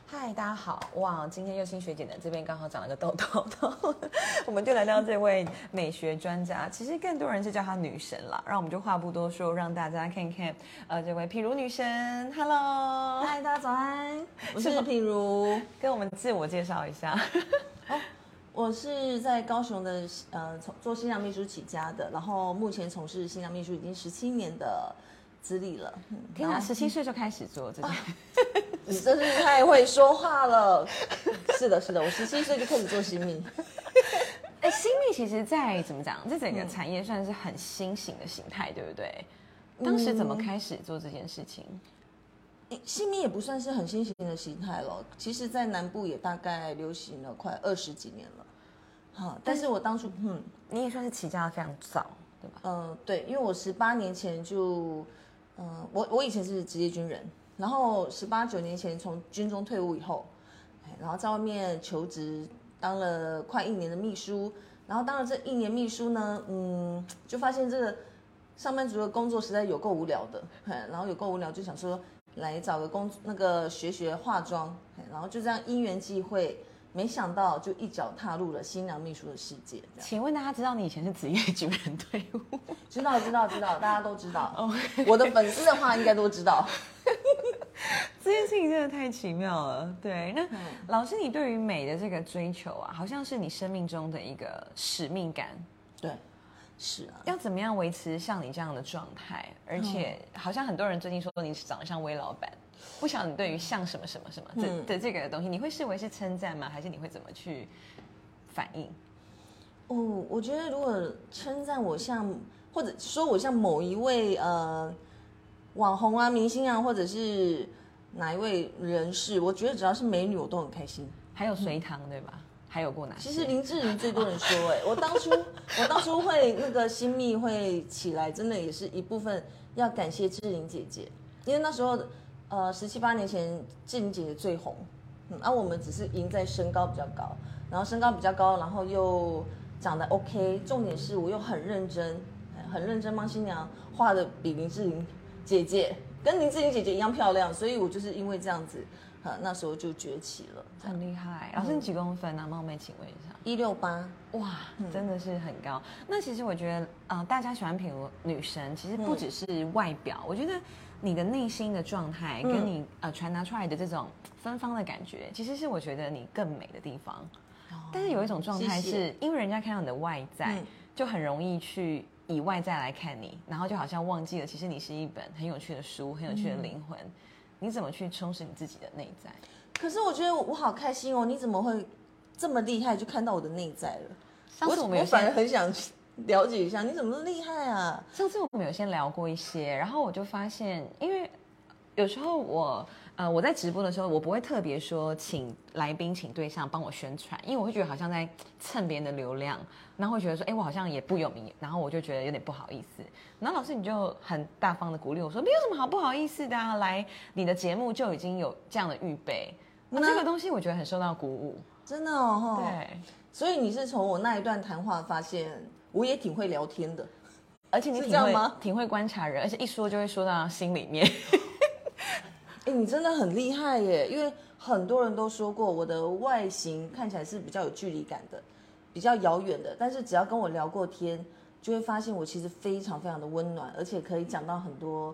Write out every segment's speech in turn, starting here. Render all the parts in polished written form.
嗨，大家好！哇，今天佑心学姐呢这边刚好长了个痘痘，我们就来到这位美学专家，其实更多人是叫她女神啦。让我们就话不多说，让大家看看这位譬如女神 ，Hello， 嗨，大家早安，我是譬如， 跟我们自我介绍一下。 我是在高雄的做新娘秘书起家的，然后目前从事新娘秘书已经17年的资历了。 天哪，17岁就开始做这件。 你真是太会说话了。是的，我17岁就开始做新秘。 新秘其实在怎么讲，这整个产业算是很新型的形态，对不对？当时怎么开始做这件事情？ 新秘也不算是很新型的形态了，其实在南部也大概流行了快20几年了。但是我当初你也算是起家的非常早，对吧？ 对，因为我18年前就，我以前是职业军人，然后18、19年前从军中退伍以后，然后在外面求职，当了快1年的秘书，然后当了这1年秘书呢，就发现这个上班族的工作实在有够无聊的，然后有够无聊就想说来找个学化妆，然后就这样因缘际会。没想到就一脚踏入了新娘秘书的世界。 请问大家知道你以前是职业军人队伍？ 知道，大家都知道。我的粉丝的话应该都知道。 这件事情真的太奇妙了。对，那老师，你对于美的这个追求啊，好像是你生命中的一个使命感。 对，是啊。 要怎么样维持像你这样的状态？而且好像很多人最近说你长得像威老板。不晓得你对于像什么的这个东西，你会视为是称赞吗？还是你会怎么去反应？ 我觉得如果称赞我像，或者说我像某一位网红啊、明星啊，或者是哪一位人士，我觉得只要是美女，我都很开心。 还有隋唐对吧？还有过哪些？ 其实林志玲最多人说我当初会那个新秘会起来，真的也是一部分要感谢志玲姐姐，因为那时候。17、18年前，志玲姐姐最红，我们只是赢在身高比较高，然后身高比较高，然后又长得 OK， 重点是我又很认真帮新娘画的比林志玲姐姐跟林志玲姐姐一样漂亮，所以我就是因为这样子，那时候就崛起了， 很厉害。老师你几公分啊？冒昧请问一下，168。 哇，真的是很高。那其实我觉得，大家喜欢譬如女神，其实不只是外表，我觉得。你的内心的状态跟你传达出来的这种芬芳的感觉，其实是我觉得你更美的地方。但是有一种状态是因为人家看到你的外在，就很容易去以外在来看你，然后就好像忘记了其实你是一本很有趣的书，很有趣的灵魂。你怎么去充实你自己的内在？ 可是我觉得我好开心哦！你怎么会这么厉害就看到我的内在了？我反而很想了解一下你怎么厉害啊！ 上次我们有先聊过一些，然后我就发现，因为有时候我在直播的时候，我不会特别说请来宾、请对象帮我宣传，因为我会觉得好像在蹭别人的流量，然后会觉得说，我好像也不有名，然后我就觉得有点不好意思。然后老师你就很大方的鼓励我说，没有什么好不好意思的啊，来你的节目就已经有这样的预备，那这个东西我觉得很受到鼓舞， 真的哦。 对， 所以你是从我那一段谈话发现。我也挺会聊天的， 而且你挺会观察人，而且一说就会说到心里面。 你真的很厉害耶！因为很多人都说过我的外形看起来是比较有距离感的，比较遥远的，但是只要跟我聊过天，就会发现我其实非常非常的温暖，而且可以讲到很多，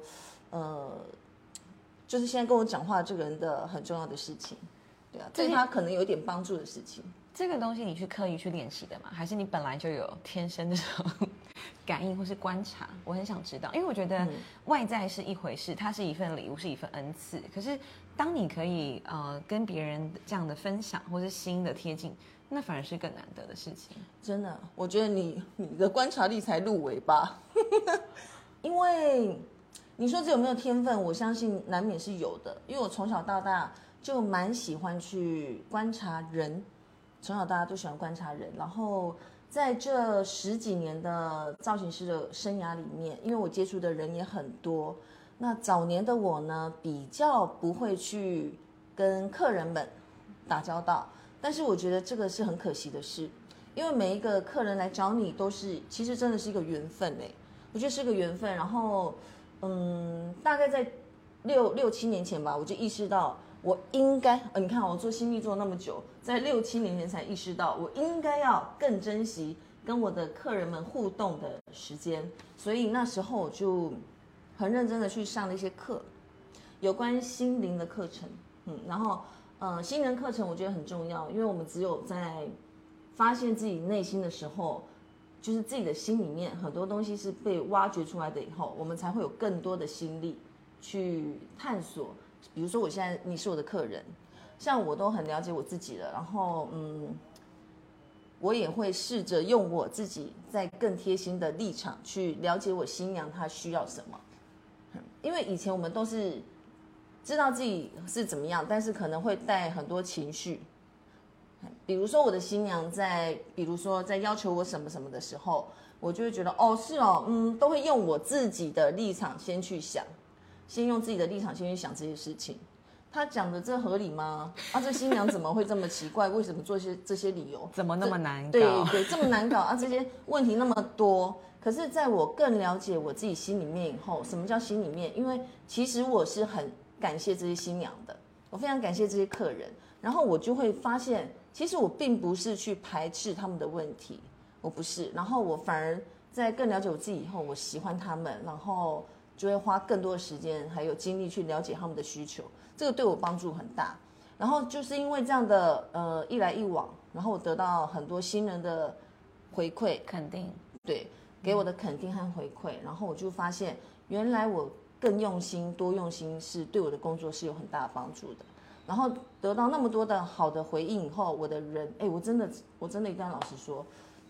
就是现在跟我讲话这个人的很重要的事情，对啊，对他可能有点帮助的事情。 这个东西你去刻意去练习的吗？还是你本来就有天生这种感应或是观察？我很想知道，因为我觉得外在是一回事，它是一份礼物，是一份恩赐。可是当你可以跟别人这样的分享，或是心的贴近，那反而是更难得的事情。 真的，我觉得你的观察力才入围吧，因为你说这有没有天分？我相信难免是有的，因为我从小到大就蛮喜欢去观察人。从小大家都喜欢观察人，然后在这10几年的造型师的生涯里面，因为我接触的人也很多，那早年的我呢，比较不会去跟客人们打交道，但是我觉得这个是很可惜的事，因为每一个客人来找你都是，其实真的是一个缘分哎，我觉得是个缘分。然后，大概在6、7年前吧，我就意识到我应该，你看我做新秘做那么久，在6-7年前才意识到，我应该要更珍惜跟我的客人们互动的时间，所以那时候我就很认真的去上了一些课，有关心灵的课程，然后心灵课程我觉得很重要，因为我们只有在发现自己内心的时候，就是自己的心里面很多东西是被挖掘出来的以后，我们才会有更多的心力去探索。比如说我现在你是我的客人，像我都很了解我自己了，然后我也会试着用我自己在更贴心的立场去了解我新娘她需要什么。因为以前我们都是知道自己是怎么样，但是可能会带很多情绪。比如说我的新娘比如说在要求我什么什么的时候，我就会觉得是哦，都会用我自己的立场先去想，先用自己的立场先去想这些事情。他讲的这合理吗？这新娘怎么会这么奇怪？为什么做这些理由怎么那么难搞？ 对，这么难搞这些问题那么多。可是在我更了解我自己心里面以后，什么叫心里面？因为其实我是很感谢这些新娘的，我非常感谢这些客人，然后我就会发现，其实我并不是去排斥他们的问题，我不是，然后我反而在更了解我自己以后，我喜欢他们，然后就会花更多的时间还有精力去了解他们的需求，这个对我帮助很大。然后就是因为这样的一来一往，然后我得到很多新人的回馈肯定， 对，给我的肯定和回馈，然后我就发现原来我更用心多用心是对我的工作是有很大的帮助的。然后得到那么多的好的回应以后，我的人我真的一定要老实说，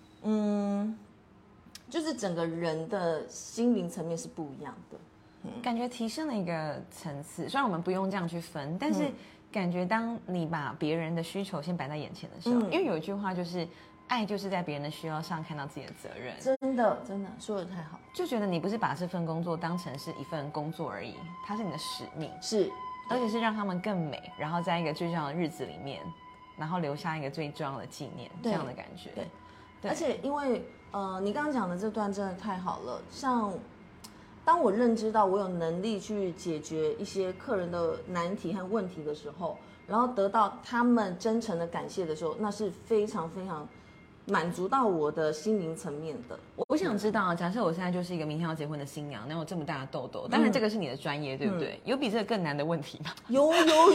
就是整个人的心灵层面是不一样的， 感觉提升了一个层次。虽然我们不用这样去分，但是感觉当你把别人的需求先摆在眼前的时候，因为有一句话就是爱就是在别人的需要上看到自己的责任。 真的说得太好， 就觉得你不是把这份工作当成是一份工作而已，它是你的使命， 是， 而且是让他们更美，然后在一个最重要的日子里面，然后留下一个最重要的纪念，这样的感觉。 对，而且因为你刚刚讲的这段真的太好了，像当我认知到我有能力去解决一些客人的难题和问题的时候，然后得到他们真诚的感谢的时候，那是非常非常满足到我的心灵层面的。 我想知道，假设我现在就是一个明天要结婚的新娘，然后有这么大的痘痘，当然这个是你的专业，对不对？有比这个更难的问题吗？ 有，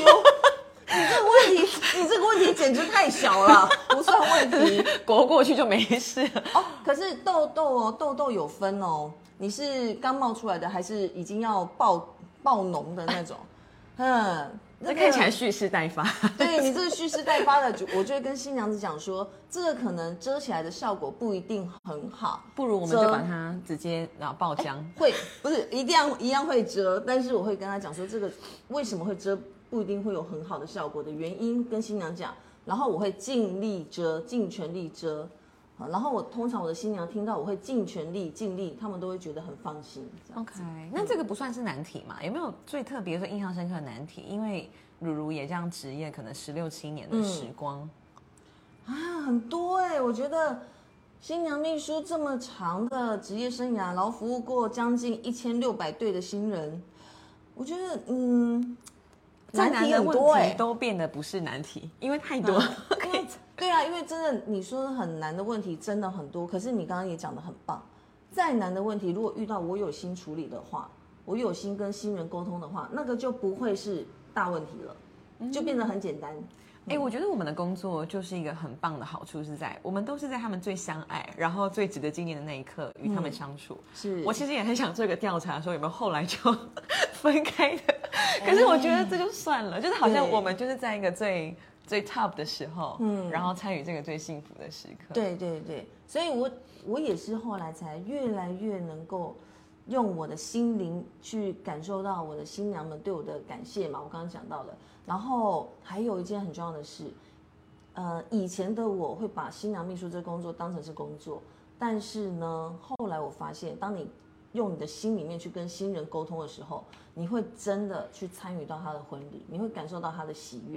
你这个问题简直太小了，不算问题， 过去就没事了。 可是痘痘有分哦，你是刚冒出来的，还是已经要爆脓的那种？ 这看起来蓄势待发。 对，你这个蓄势待发的，我就会跟新娘子讲说，这个可能遮起来的效果不一定很好， 不如我们就把它直接爆浆。 会不是一样会遮，但是我会跟她讲说，这个为什么会遮，不一定会有很好的效果的原因，跟新娘讲，然后我会尽力遮，尽全力遮。然后通常我的新娘听到我会尽全力尽力，他们都会觉得很放心。 OK， 那这个不算是难题嘛？有没有最特别说印象深刻的难题？因为如如也这样职业可能16-17年的时光， 很多我觉得新娘秘书这么长的职业生涯，然后服务过将近1600对的新人，我觉得难题很多都变得不是难题，因为太多。 对啊，因为真的你说很难的问题真的很多，可是你刚刚也讲得很棒，再难的问题如果遇到我有心处理的话，我有心跟新人沟通的话，那个就不会是大问题了，就变得很简单。 我觉得我们的工作就是一个很棒的好处是在我们都是在他们最相爱然后最值得纪念的那一刻与他们相处。 是我其实也很想做一个调查说有没有后来就分开的，可是我觉得这就算了，就是好像我们就是在一个最 top 的时候，然后参与这个最幸福的时刻。 对，所以我也是后来才越来越能够用我的心灵去感受到我的新娘们对我的感谢嘛，我刚刚讲到的。然后还有一件很重要的事，以前的我会把新娘秘书这工作当成是工作，但是呢，后来我发现，当你用你的心里面去跟新人沟通的时候，你会真的去参与到他的婚礼，你会感受到他的喜悦。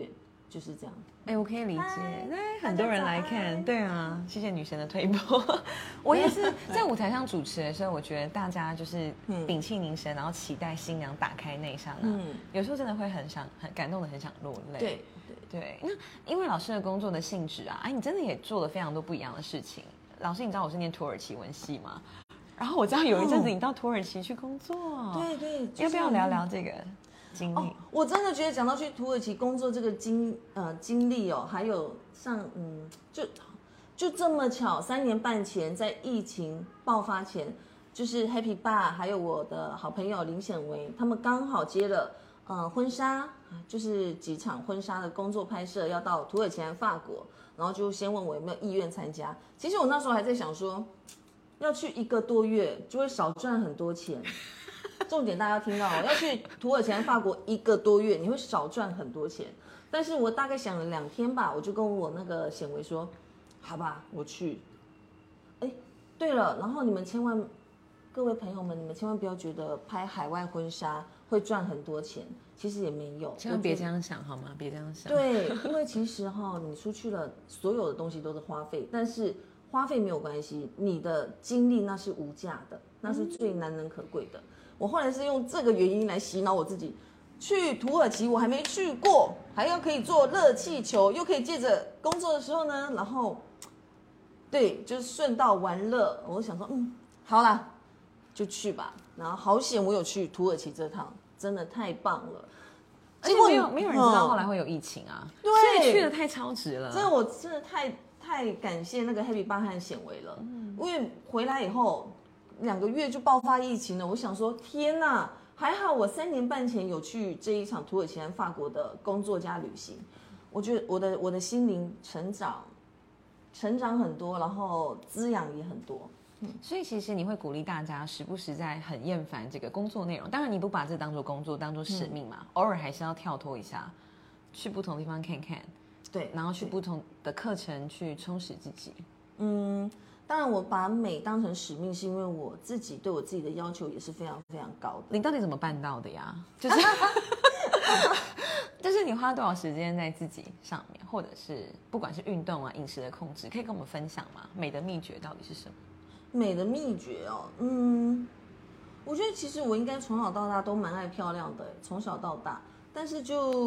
就是这样。 我可以理解， 嗨很多人来看，对啊，谢谢女神的推播。我也是在舞台上主持的时候，我觉得大家就是屏气凝神，然后期待新娘打开那一刹那，有时候真的会很感动的，很想落泪。对，那因为老师的工作的性质啊，你真的也做了非常多不一样的事情。老师，你知道我是念土耳其文系吗？然后我知道有一阵子你到土耳其去工作， 对， 要不要聊聊这个经历？ 我真的觉得讲到去土耳其工作这个经历哦，还有像就这么巧，3年半前在疫情爆发前，就是 Happy Bar 还有我的好朋友林显维，他们刚好接了婚纱，就是几场婚纱的工作拍摄，要到土耳其和法国，然后就先问我有没有意愿参加。其实我那时候还在想说，要去1个多月就会少赚很多钱。重点大家要听到哦，要去土耳其和法国1个多月，你会少赚很多钱。但是我大概想了2天吧，我就跟我那个显维说，好吧，我去。对了，然后各位朋友们，你们千万不要觉得拍海外婚纱会赚很多钱，其实也没有。 千万别这样想好吗？别这样想。 对，因为其实你出去了，所有的东西都是花费，但是花费没有关系，你的精力那是无价的，那是最难能可贵的。我后来是用这个原因来洗脑我自己，去土耳其我还没去过，还要可以坐热气球，又可以借着工作的时候呢，然后对，就是顺道玩乐。我想说，好啦，就去吧。然后好险我有去土耳其这趟，真的太棒了。 结果没有人知道后来会有疫情啊， 对， 所以去的太超值了。 真的，我真的太感谢那个 Happy 巴和显维了，因为回来以后2个月就爆发疫情了。我想说，天哪，还好我3年半前有去这一场土耳其和法国的工作加旅行，我觉得我的心灵成长很多，然后滋养也很多。 所以其实你会鼓励大家时不时在很厌烦这个工作内容，当然你不把这当做工作，当做使命嘛，偶尔还是要跳脱一下，去不同地方看看， 对， 然后去不同的课程去充实自己。 当然我把美当成使命，是因为我自己对我自己的要求也是非常非常高的。 你到底怎么办到的呀？就是你花多少时间在自己上面，或者是不管是运动啊、饮食的控制，可以跟我们分享吗？美的秘诀到底是什么？ 美的秘诀哦，我觉得其实我应该从小到大都蛮爱漂亮的，从小到大。但是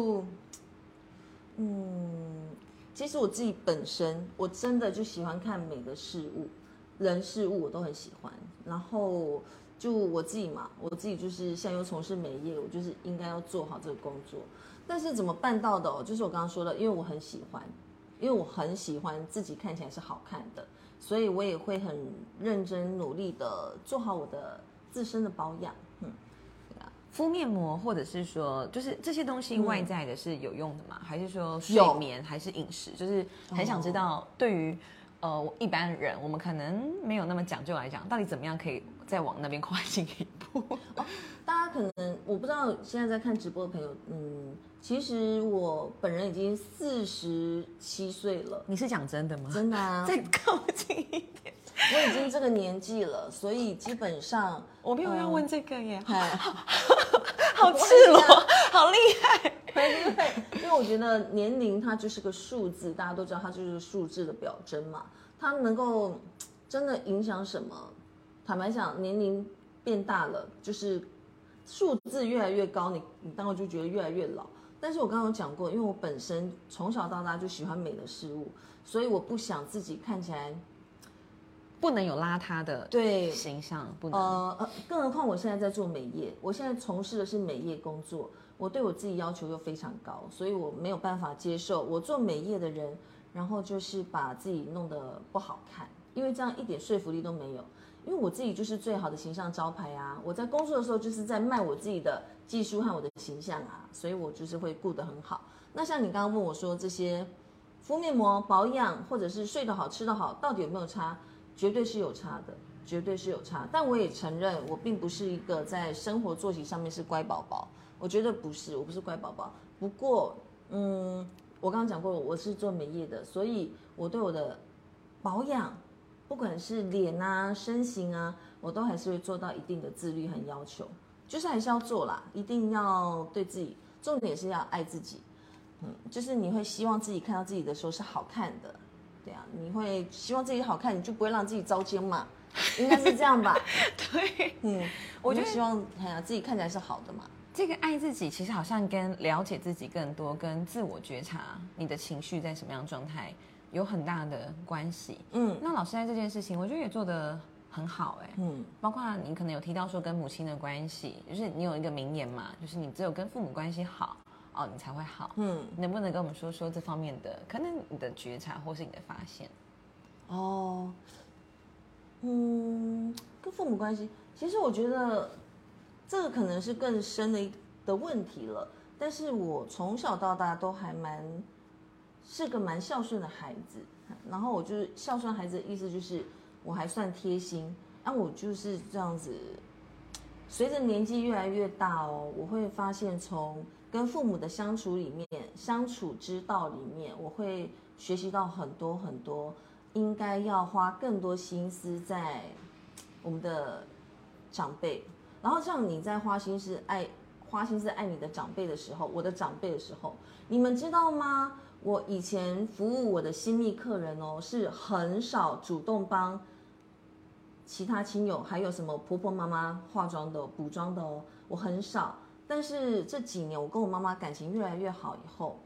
其实我自己本身我真的就喜欢看美的事物，人事物我都很喜欢。然后就我自己就是现在又从事美业，我就是应该要做好这个工作。但是怎么办到的哦？就是我刚刚说的，因为我很喜欢自己看起来是好看的。所以我也会很认真努力的做好我的自身的保养。 敷面膜或者是说，就是这些东西外在的是有用的吗？还是说睡眠还是饮食？就是很想知道，对于一般人，我们可能没有那么讲究来讲，到底怎么样可以再往那边跨进一步？ 大家可能我不知道现在在看直播的朋友，其实我本人已经47岁了。 你是讲真的吗？ 真的啊， 再靠近一点。 我已经这个年纪了，所以基本上我没有要问这个耶， 好赤裸，好厉害。 因为我觉得年龄它就是个数字，大家都知道它就是数字的表征嘛，它能够真的影响什么？坦白讲，年龄变大了，就是数字越来越高，你当然就觉得越来越老。但是我刚刚有讲过，因为我本身从小到大就喜欢美的事物，所以我不想自己看起来不能有邋遢的形象，不能。更何况我现在在做美业，我现在从事的是美业工作，我对我自己要求又非常高，所以我没有办法接受我做美业的人，然后就是把自己弄得不好看，因为这样一点说服力都没有。因为我自己就是最好的形象招牌啊！我在工作的时候就是在卖我自己的技术和我的形象啊，所以我就是会顾得很好。那像你刚刚问我说这些敷面膜、保养，或者是睡得好、吃得好，到底有没有差？绝对是有差的，绝对是有差。但我也承认，我并不是一个在生活作息上面是乖宝宝，我觉得不是，我不是乖宝宝。不过，我刚刚讲过，我是做美业的，所以我对我的保养。不管是脸啊、身形啊，我都还是会做到一定的自律和要求，就是还是要做啦，一定要对自己，重点是要爱自己。 就是你会希望自己看到自己的时候是好看的，对啊，你会希望自己好看，你就不会让自己糟践嘛，应该是这样吧？ 对， 我就希望自己看起来是好的嘛。 这个爱自己其实好像跟了解自己更多，跟自我觉察你的情绪在什么样的状态有很大的关系。那老师在这件事情，我觉得也做得很好包括你可能有提到说跟母亲的关系，就是你有一个名言嘛，就是你只有跟父母关系好你才会好。能不能跟我们说说这方面的可能你的觉察或是你的发现？ 跟父母关系，其实我觉得这个可能是更深的问题了。但是我从小到大都还是个蛮孝顺的孩子，然后我就是孝顺孩子的意思就是我还算贴心，我就是这样子。随着年纪越来越大我会发现从跟父母的相处里面，相处之道里面，我会学习到很多很多，应该要花更多心思在我们的长辈。然后像你在花心思爱你的长辈的时候，我的长辈的时候，你们知道吗？我以前服务我的新密客人是很少主动帮其他亲友，还有什么婆婆妈妈化妆的、补妆的我很少。但是这几年我跟我妈妈感情越来越好以后，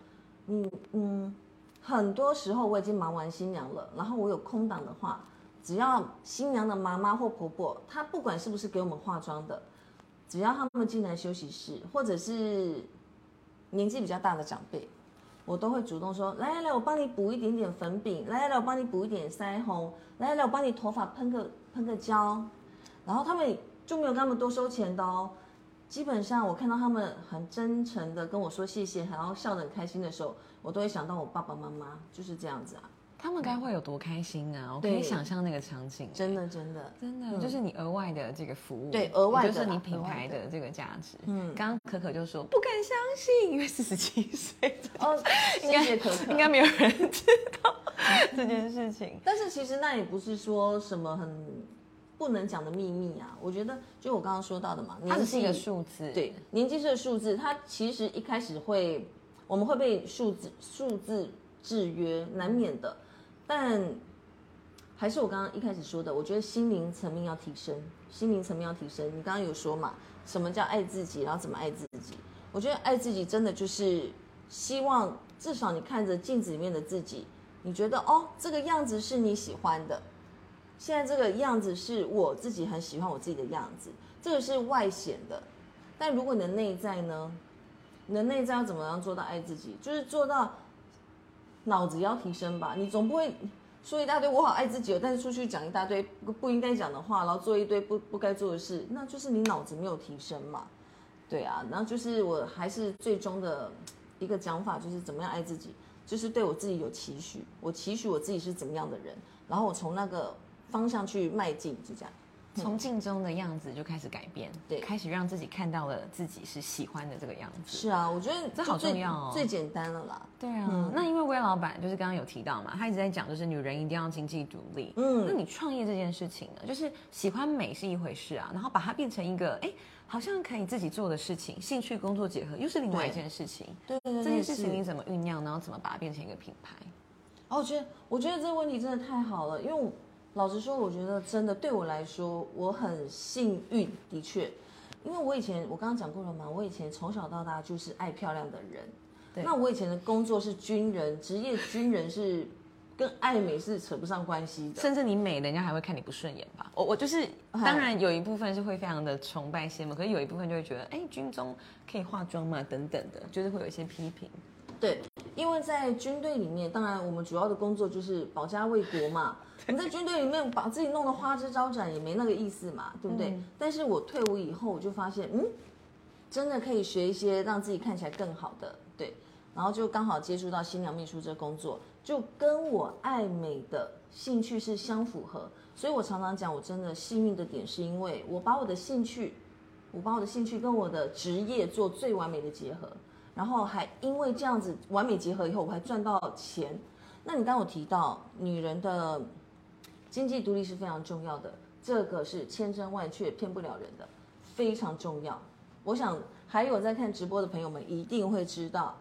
很多时候我已经忙完新娘了，然后我有空档的话，只要新娘的妈妈或婆婆，她不管是不是给我们化妆的，只要他们进来休息室，或者是年纪比较大的长辈，我都会主动说，来，我帮你补一点点粉饼，来，我帮你补一点腮红，来，我帮你头发喷个胶，然后他们就没有跟他们多收钱的基本上我看到他们很真诚的跟我说谢谢，然后笑得很开心的时候，我都会想到我爸爸妈妈就是这样子他们该会有多开心啊！我可以想象那个场景， 真的， 就是你额外的这个服务， 对，额外的， 就是你品牌的这个价值。刚刚可可就说不敢相信，因为47岁谢谢可可， 应该没有人知道这件事情。 但是其实那也不是说什么很不能讲的秘密我觉得就我刚刚说到的嘛， 它只是一个数字， 对，年纪是个数字，它其实一开始我们会被数字制约，难免的。但还是我刚刚一开始说的，我觉得心灵层面要提升。你刚刚有说嘛，什么叫爱自己，然后怎么爱自己？我觉得爱自己真的就是希望至少你看着镜子里面的自己，你觉得这个样子是你喜欢的，现在这个样子是我自己很喜欢我自己的样子，这个是外显的。但如果你的内在呢？你的内在要怎么样做到爱自己？就是做到脑子要提升吧。你总不会说一大堆我好爱自己但是出去讲一大堆不应该讲的话，然后做一堆不该做的事，那就是你脑子没有提升嘛。对啊，然后就是我还是最终的一个讲法，就是怎么样爱自己，就是对我自己有期许，我期许我自己是怎么样的人，然后我从那个方向去迈进，就这样。 从镜中的样子就开始改变， 对， 开始让自己看到了自己是喜欢的这个样子。 是啊，我觉得这好重要最简单了啦。 对啊，那因为威老板就是刚刚有提到嘛，他一直在讲就是女人一定要经济独立。那你创业这件事情呢，就是喜欢美是一回事然后把它变成一个好像可以自己做的事情，兴趣工作结合又是另外一件事情。 对， 这件事情你怎么酝酿，然后怎么把它变成一个品牌？ 我觉得这个问题真的太好了，因为老实说，我觉得真的对我来说，我很幸运，的确，因为我刚刚讲过了嘛，我以前从小到大就是爱漂亮的人。那我以前的工作是军人，职业军人是跟爱美是扯不上关系的， 甚至你美，人家还会看你不顺眼吧？我就是当然有一部分是会非常的崇拜羡慕，可是有一部分就会觉得，军中可以化妆嘛，等等的，就是会有一些批评。 对，因为在军队里面，当然我们主要的工作就是保家卫国嘛。你在军队里面把自己弄得花枝招展，也没那个意思嘛，对不对？但是我退伍以后，我就发现，真的可以学一些让自己看起来更好的，对。然后就刚好接触到新娘秘书这工作，就跟我爱美的兴趣是相符合。所以我常常讲，我真的幸运的点是因为我把我的兴趣跟我的职业做最完美的结合。然后还因为这样子完美结合以后，我还赚到钱。那你刚刚有提到女人的经济独立是非常重要的，这个是千真万确骗不了人的，非常重要。我想还有在看直播的朋友们一定会知道，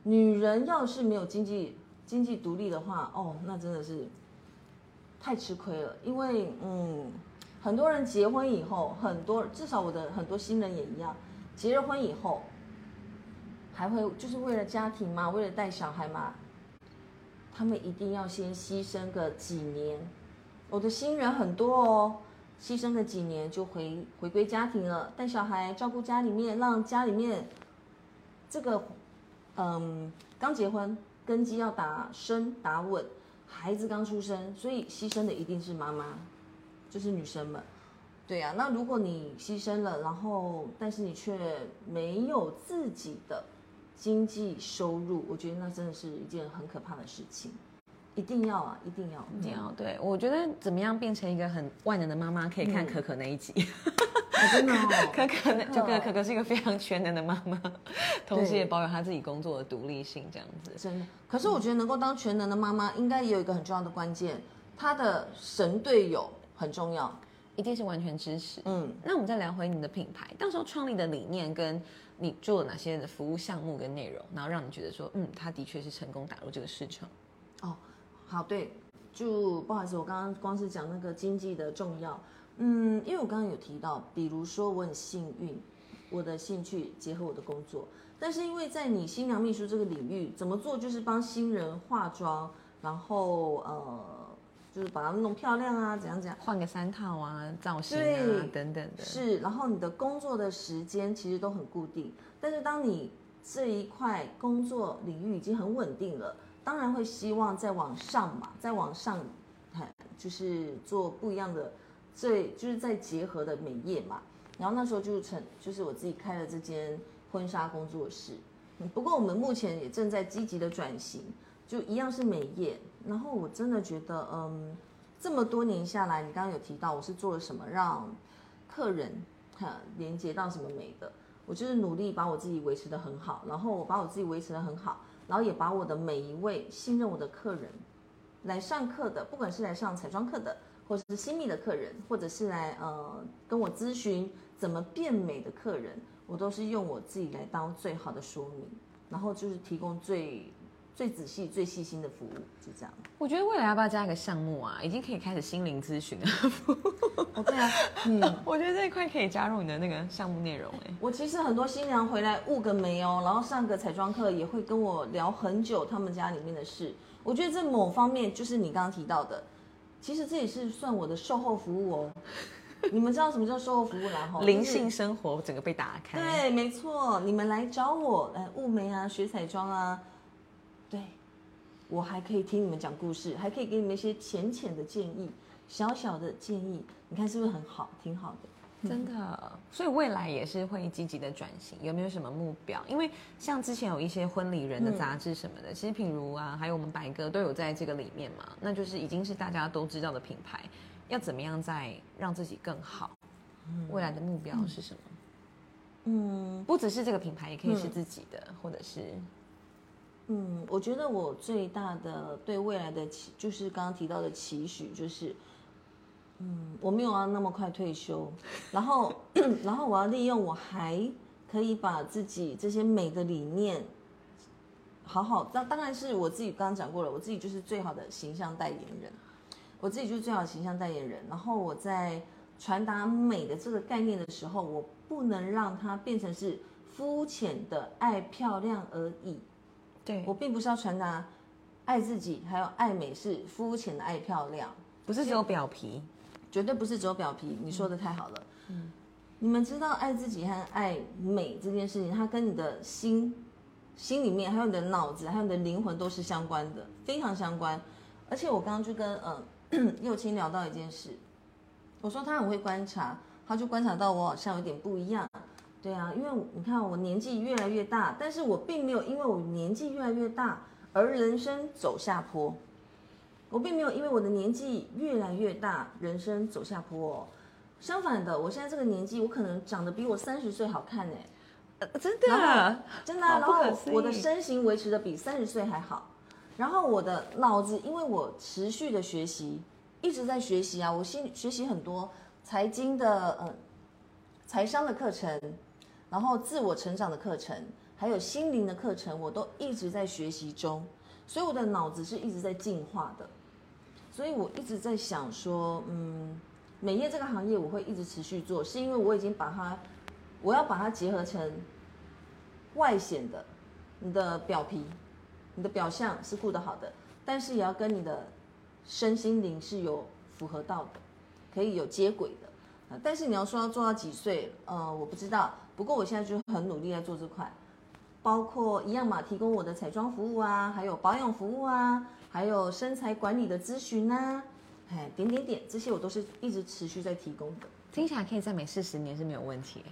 女人要是没有经济独立的话，哦，那真的是太吃亏了。因为很多人结婚以后，至少我的很多新人也一样，结了婚以后，还会就是为了家庭嘛，为了带小孩嘛，他们一定要先牺牲个几年。我的新人很多哦，牺牲个几年就回归家庭了，带小孩，照顾家里面，让家里面这个刚结婚，根基要打深打稳，孩子刚出生，所以牺牲的一定是妈妈，就是女生们。对呀，那如果你牺牲了，然后但是你却没有自己的经济收入，我觉得那真的是一件很可怕的事情。一定要啊，一定要， 一定要。对，我觉得怎么样变成一个很万能的妈妈，可以看可可那一集。 真的哦， 可可是一个非常全能的妈妈，同时也保有她自己工作的独立性，这样子。 真的。可是我觉得能够当全能的妈妈，应该也有一个很重要的关键，她的神队友很重要， 一定是完全支持。那我们再聊回你的品牌，到时候创立的理念跟你做了哪些的服务项目跟内容，然后让你觉得说，它的确是成功打入这个市场。 哦，好，对，就不好意思，我刚刚光是讲那个经济的重要。因为我刚刚有提到，比如说我很幸运，我的兴趣结合我的工作，但是因为在你新娘秘书这个领域，怎么做就是帮新人化妆，然后就是把它们弄漂亮啊，怎样， 换个3套啊，造型啊等等的。 是，然后你的工作的时间其实都很固定，但是当你这一块工作领域已经很稳定了，当然会希望再往上嘛，再往上，就是做不一样的。就是在结合的美业嘛，然后那时候就是我自己开了这间婚纱工作室。不过我们目前也正在积极的转型，就一样是美业。然后我真的觉得，这么多年下来，你刚刚有提到我是做了什么让客人连接到什么美的，我就是努力把我自己维持得很好，然后我把我自己维持得很好，然后也把我的每一位信任我的客人来上课的，不管是来上彩妆课的，或者是新密的客人，或者是来跟我咨询怎么变美的客人，我都是用我自己来当最好的说明，然后就是提供最仔细、最细心的服务，就这样。 我觉得未来要不要加一个项目啊？已经可以开始心灵咨询了。 对啊， 我觉得这一块可以加入你的那个项目内容哎。 我其实很多新娘回来雾个眉哦，然后上个彩妆课也会跟我聊很久他们家里面的事。我觉得这某方面就是你刚刚提到的。其实这也是算我的售后服务哦。你们知道什么叫售后服务啦？ 灵性生活整个被打开。 对，没错，你们来找我，雾眉啊，学彩妆啊，对，我还可以听你们讲故事，还可以给你们一些浅的建议，小的建议，你看是不是很好？挺好的。 真的，所以未来也是会积极的转型，有没有什么目标？因为像之前有一些婚礼人的杂志什么的，其实品如啊，还有我们白哥都有在这个里面嘛，那就是已经是大家都知道的品牌，要怎么样再让自己更好？未来的目标是什么？不只是这个品牌，也可以是自己的，或者是， 我觉得我最大的对未来的就是刚刚提到的期许，就是。我没有要那么快退休，然后我要利用我还可以把自己这些美的理念好好，当然是我自己刚刚讲过了，我自己就是最好的形象代言人，我自己就是最好的形象代言人。然后我在传达美的这个概念的时候，我不能让它变成是肤浅的爱漂亮而已。 对， 我并不是要传达爱自己还有爱美是肤浅的爱漂亮， 不是只有表皮。 绝对不是只有表皮，你说的太好了。你们知道爱自己和爱美这件事情，它跟你的心里面，还有你的脑子，还有你的灵魂都是相关的，非常相关。而且我刚刚就跟佑清聊到一件事，我说他很会观察，他就观察到我好像有点不一样。对啊，因为你看我年纪越来越大，但是我并没有因为我年纪越来越大而人生走下坡。我并没有因为我的年纪越来越大，人生走下坡哦。相反的，我现在这个年纪，我可能长得比我30岁好看哎， 真的， 真的。然后我的身形维持的比30岁还好，然后我的脑子，因为我持续的学习，一直在学习啊，我学习很多财经的财商的课程，然后自我成长的课程， 还有心灵的课程，我都一直在学习中，所以我的脑子是一直在进化的。所以我一直在想说，美业这个行业我会一直持续做，是因为我已经我要把它结合成外显的，你的表皮，你的表象是顾得好的，但是也要跟你的身心灵是有符合到的，可以有接轨的。但是你要说要做到几岁，我不知道。不过我现在就很努力在做这块，包括一样嘛，提供我的彩妆服务啊，还有保养服务啊，还有身材管理的咨询啊，点，这些我都是一直持续在提供的。 听起来可以在美40年是没有问题。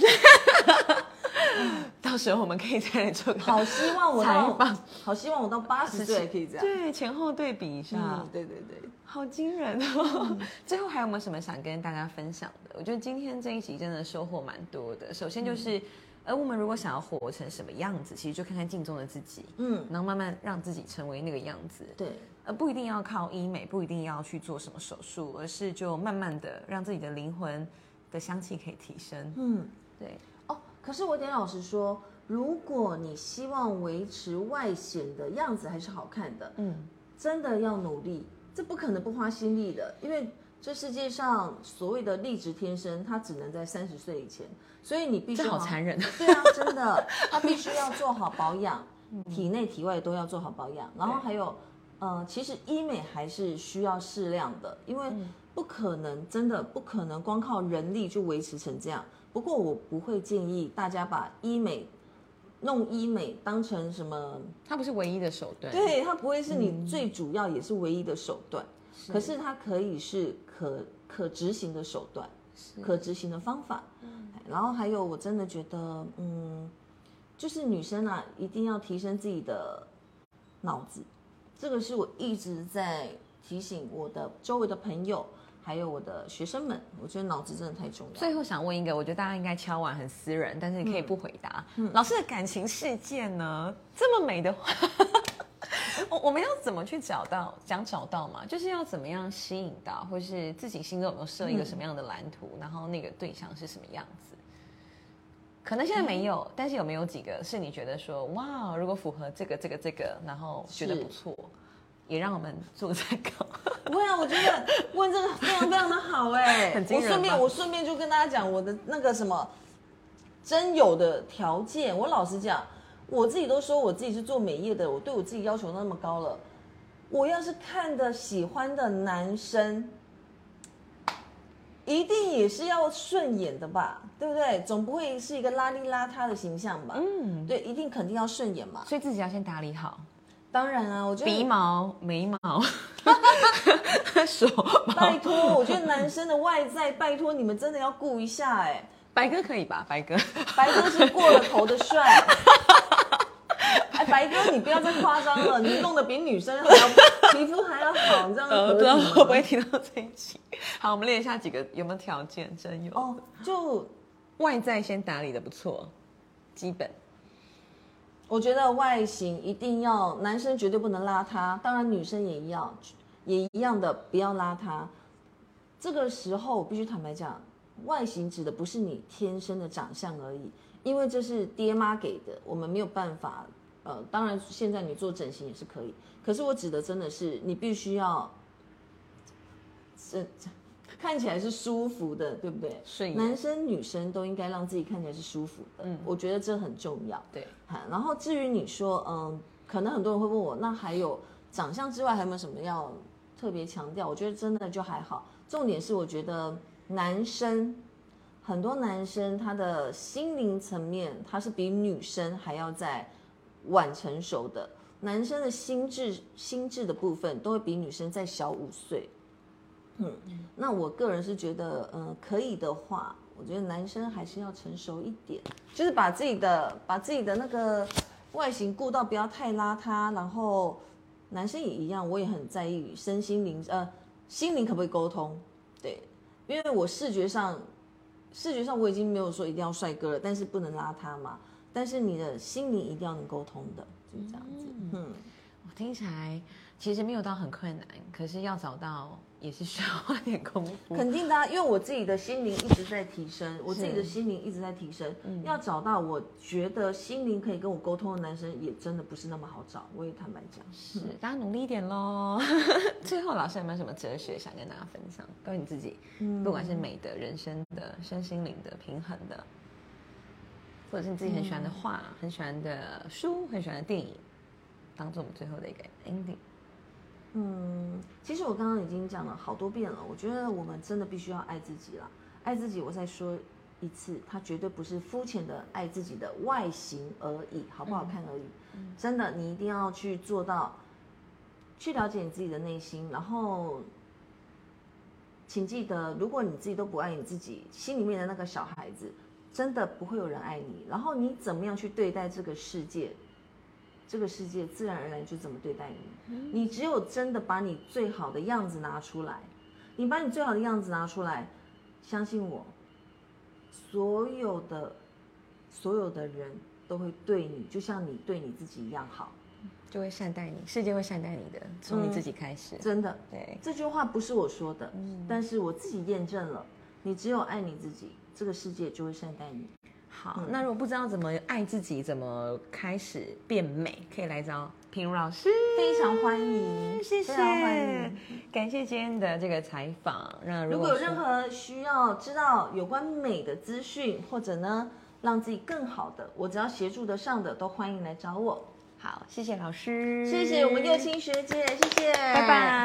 到时候我们可以再来做个好希望我到80岁可以这样。 对，前后对比一下。 对， 好惊人哦！最后还有没有什么想跟大家分享的？我觉得今天这一集真的收获蛮多的。首先就是，我们如果想要活成什么样子，其实就看看镜中的自己，然后慢慢让自己成为那个样子。 对， 不一定要靠医美，不一定要去做什么手术，而是就慢慢的让自己的灵魂的香气可以提升。对。 可是我得老实说，如果你希望维持外显的样子还是好看的，真的要努力，这不可能不花心力的，因为这世界上所谓的丽质天生，它只能在30岁以前，所以你必须这好残忍。 对啊，真的，它必须要做好保养，体内体外都要做好保养，然后还有，其实医美还是需要适量的，因为真的不可能光靠人力就维持成这样。不过我不会建议大家把弄医美当成什么， 它不是唯一的手段， 对，它不会是你最主要也是唯一的手段，可是它可以是可执行的手段，可执行的方法。然后还有我真的觉得，就是女生啊，一定要提升自己的脑子，这个是我一直在提醒我的周围的朋友。还有我的学生们，我觉得脑子真的太重要。 最后想问一个，我觉得大家应该敲完很私人，但是你可以不回答。老师的感情世界呢？这么美的话，我们要怎么去找到嘛？就是要怎么样吸引到，或是自己心中有没有设一个什么样的蓝图，然后那个对象是什么样子？可能现在没有，但是有没有几个是你觉得说，哇，如果符合这个，然后觉得不错？也让我们做个参考。 不会啊，我觉得问这个非常非常的好哎， 很惊人吧。 我顺便就跟大家讲我的那个什么真有的条件。我老实讲，我自己都说我自己是做美业的，我对我自己要求那么高了。我要是看的喜欢的男生，一定也是要顺眼的吧，对不对？总不会是一个邋里邋遢的形象吧？对，一定肯定要顺眼嘛。 所以自己要先打理好。 当然啊，我觉得鼻毛、眉毛、手毛， 拜托，我觉得男生的外在，拜托你们真的要顾一下哎。 白哥可以吧？白哥是过了头的帅。哎，白哥，你不要再夸张了，你弄得比女生还要皮肤还要好，你这样不知道会不会听到这一集？好，我们列一下几个有没有条件？真有就外在先打理的不错，基本。 我觉得外形一定要，男生绝对不能邋遢，当然女生也一样的不要邋遢。这个时候我必须坦白讲，外形指的不是你天生的长相而已，因为这是爹妈给的，我们没有办法。当然现在你做整形也是可以，可是我指的真的是你必须要，看起来是舒服的，对不对？男生女生都应该让自己看起来是舒服的，我觉得这很重要。 对， 然后至于你说，可能很多人会问我，那还有长相之外还有没有什么要特别强调？我觉得真的就还好，重点是我觉得很多男生他的心灵层面，他是比女生还要再晚成熟的，男生的心智的部分都会比女生再小5岁。那我个人是觉得，可以的话，我觉得男生还是要成熟一点，就是把自己的那个外形顾到不要太邋遢，然后男生也一样，我也很在意身心灵，心灵可不可以沟通？对，因为我视觉上我已经没有说一定要帅哥了，但是不能邋遢嘛，但是你的心灵一定要能沟通的，就是这样子。 听起来其实没有到很困难，可是要找到也是需要花点功夫。 肯定的啊，因为我自己的心灵一直在提升，要找到我觉得心灵可以跟我沟通的男生，也真的不是那么好找。我也坦白讲， 是大家努力一点咯。最后，老师有没有什么哲学想跟大家分享？关于你自己，不管是美的、人生的、身心灵的、平衡的，或者是你自己很喜欢的画、很喜欢的书、很喜欢的电影，当做我们最后的一个 ending。 其实我刚刚已经讲了好多遍了，我觉得我们真的必须要爱自己啦。爱自己，我再说一次，它绝对不是肤浅的爱自己的外形而已，好不好看而已。真的，你一定要去做到，去了解你自己的内心，然后，请记得，如果你自己都不爱你自己，心里面的那个小孩子，真的不会有人爱你。然后你怎么样去对待这个世界？这个世界自然而然就怎么对待你。你只有真的把你最好的样子拿出来，你把你最好的样子拿出来，相信我，所有的人都会对你，就像你对你自己一样好， 就会善待你，世界会善待你的，从你自己开始。 真的， 对， 这句话不是我说的，但是我自己验证了，你只有爱你自己，这个世界就会善待你。 好，那如果不知道怎么爱自己，怎么开始变美，可以来找品如老师， 非常欢迎， 谢谢， 非常欢迎。 感谢今天的这个采访。那如果有任何需要知道有关美的资讯，或者呢让自己更好的，我只要协助得上的，都欢迎来找我。 好，谢谢老师， 谢谢我们幼青学姐，谢谢， 拜拜。